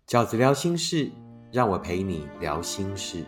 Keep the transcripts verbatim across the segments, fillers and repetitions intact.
饺子聊心事，让我陪你聊心事。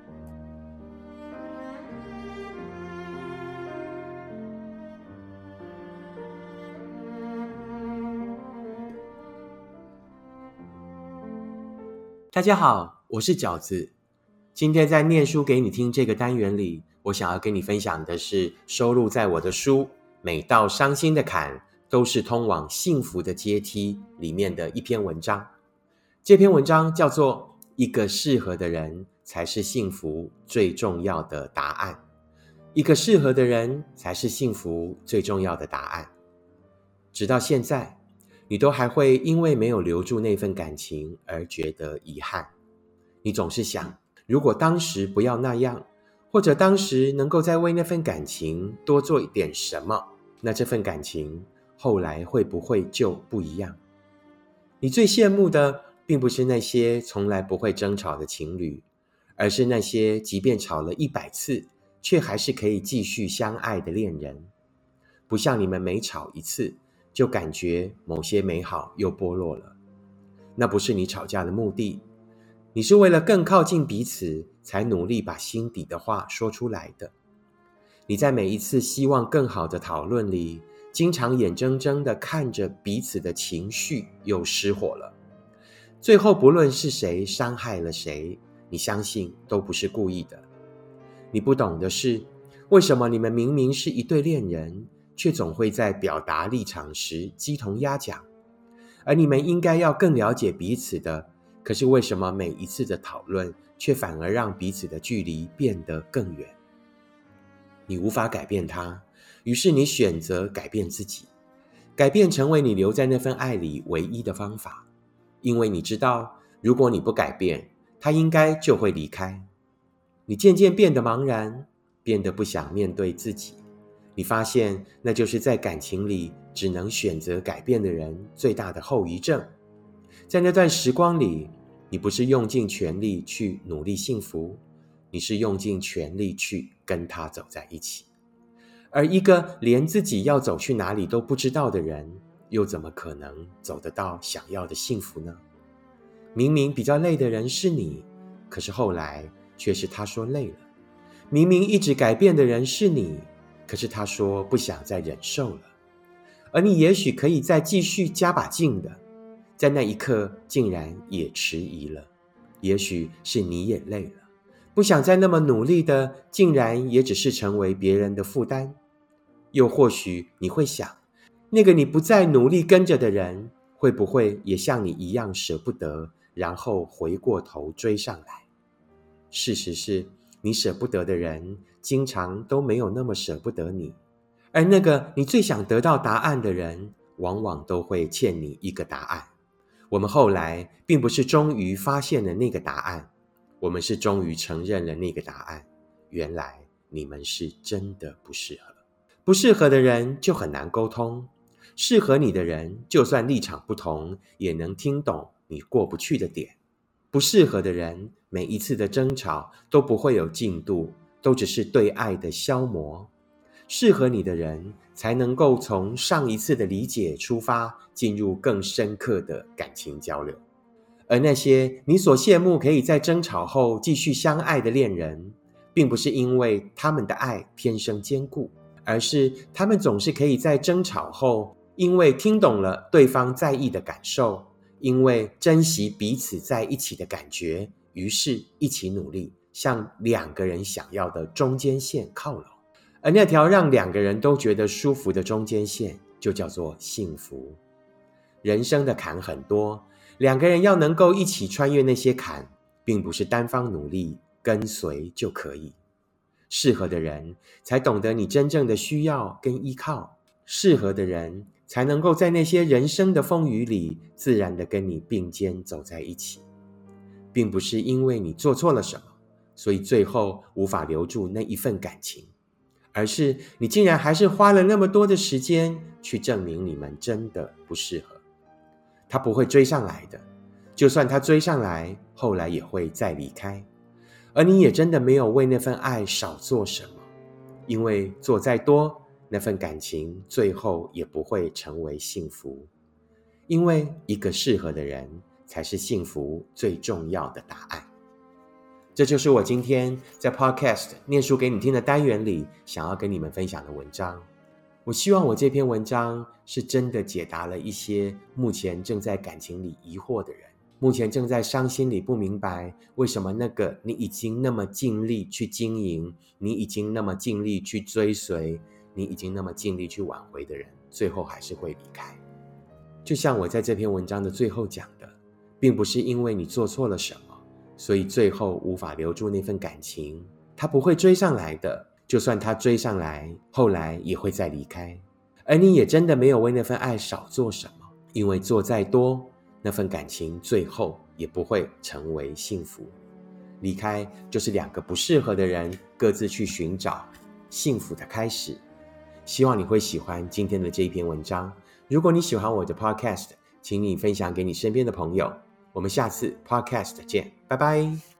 大家好，我是饺子。今天在念书给你听这个单元里，我想要跟你分享的是收录在我的书《每道伤心的坎都是通往幸福的阶梯》里面的一篇文章。这篇文章叫做一个适合的人才是幸福最重要的答案。一个适合的人才是幸福最重要的答案。直到现在，你都还会因为没有留住那份感情而觉得遗憾。你总是想，如果当时不要那样，或者当时能够再为那份感情多做一点什么，那这份感情后来会不会就不一样？你最羡慕的并不是那些从来不会争吵的情侣，而是那些即便吵了一百次，却还是可以继续相爱的恋人。不像你们每吵一次，就感觉某些美好又剥落了。那不是你吵架的目的，你是为了更靠近彼此，才努力把心底的话说出来的。你在每一次希望更好的讨论里，经常眼睁睁地看着彼此的情绪又失火了。最后不论是谁伤害了谁，你相信都不是故意的。你不懂的是，为什么你们明明是一对恋人，却总会在表达立场时鸡同鸭讲？而你们应该要更了解彼此的，可是为什么每一次的讨论却反而让彼此的距离变得更远？你无法改变他，于是你选择改变自己，改变成为你留在那份爱里唯一的方法。因为你知道，如果你不改变，他应该就会离开。你渐渐变得茫然，变得不想面对自己。你发现那就是在感情里只能选择改变的人最大的后遗症。在那段时光里，你不是用尽全力去努力幸福，你是用尽全力去跟他走在一起。而一个连自己要走去哪里都不知道的人，又怎么可能走得到想要的幸福呢？明明比较累的人是你，可是后来却是他说累了。明明一直改变的人是你，可是他说不想再忍受了。而你也许可以再继续加把劲的，在那一刻竟然也迟疑了。也许是你也累了，不想再那么努力的，竟然也只是成为别人的负担。又或许你会想，那个你不再努力跟着的人，会不会也像你一样舍不得，然后回过头追上来？事实是，你舍不得的人，经常都没有那么舍不得你。而那个你最想得到答案的人，往往都会欠你一个答案。我们后来并不是终于发现了那个答案，我们是终于承认了那个答案。原来你们是真的不适合。不适合的人就很难沟通，适合你的人就算立场不同，也能听懂你过不去的点。不适合的人，每一次的争吵都不会有进度，都只是对爱的消磨。适合你的人才能够从上一次的理解出发，进入更深刻的感情交流。而那些你所羡慕可以在争吵后继续相爱的恋人，并不是因为他们的爱天生坚固，而是他们总是可以在争吵后，因为听懂了对方在意的感受，因为珍惜彼此在一起的感觉，于是一起努力，向两个人想要的中间线靠拢。而那条让两个人都觉得舒服的中间线，就叫做幸福。人生的坎很多，两个人要能够一起穿越那些坎，并不是单方努力跟随就可以。适合的人才懂得你真正的需要跟依靠，适合的人才能够在那些人生的风雨里，自然的跟你并肩走在一起。并不是因为你做错了什么，所以最后无法留住那一份感情，而是你竟然还是花了那么多的时间去证明你们真的不适合。他不会追上来的，就算他追上来，后来也会再离开。而你也真的没有为那份爱少做什么，因为做再多，那份感情最后也不会成为幸福。因为一个适合的人才是幸福最重要的答案。这就是我今天在 Podcast 念书给你听的单元里想要跟你们分享的文章。我希望我这篇文章是真的解答了一些目前正在感情里疑惑的人，目前正在伤心里不明白为什么那个你已经那么尽力去经营，你已经那么尽力去追随，你已经那么尽力去挽回的人，最后还是会离开。就像我在这篇文章的最后讲的，并不是因为你做错了什么，所以最后无法留住那份感情，他不会追上来的，就算他追上来，后来也会再离开。而你也真的没有为那份爱少做什么，因为做再多，那份感情最后也不会成为幸福。离开就是两个不适合的人各自去寻找幸福的开始。希望你会喜欢今天的这一篇文章。如果你喜欢我的 Podcast， 请你分享给你身边的朋友。我们下次 Podcast 见，拜拜。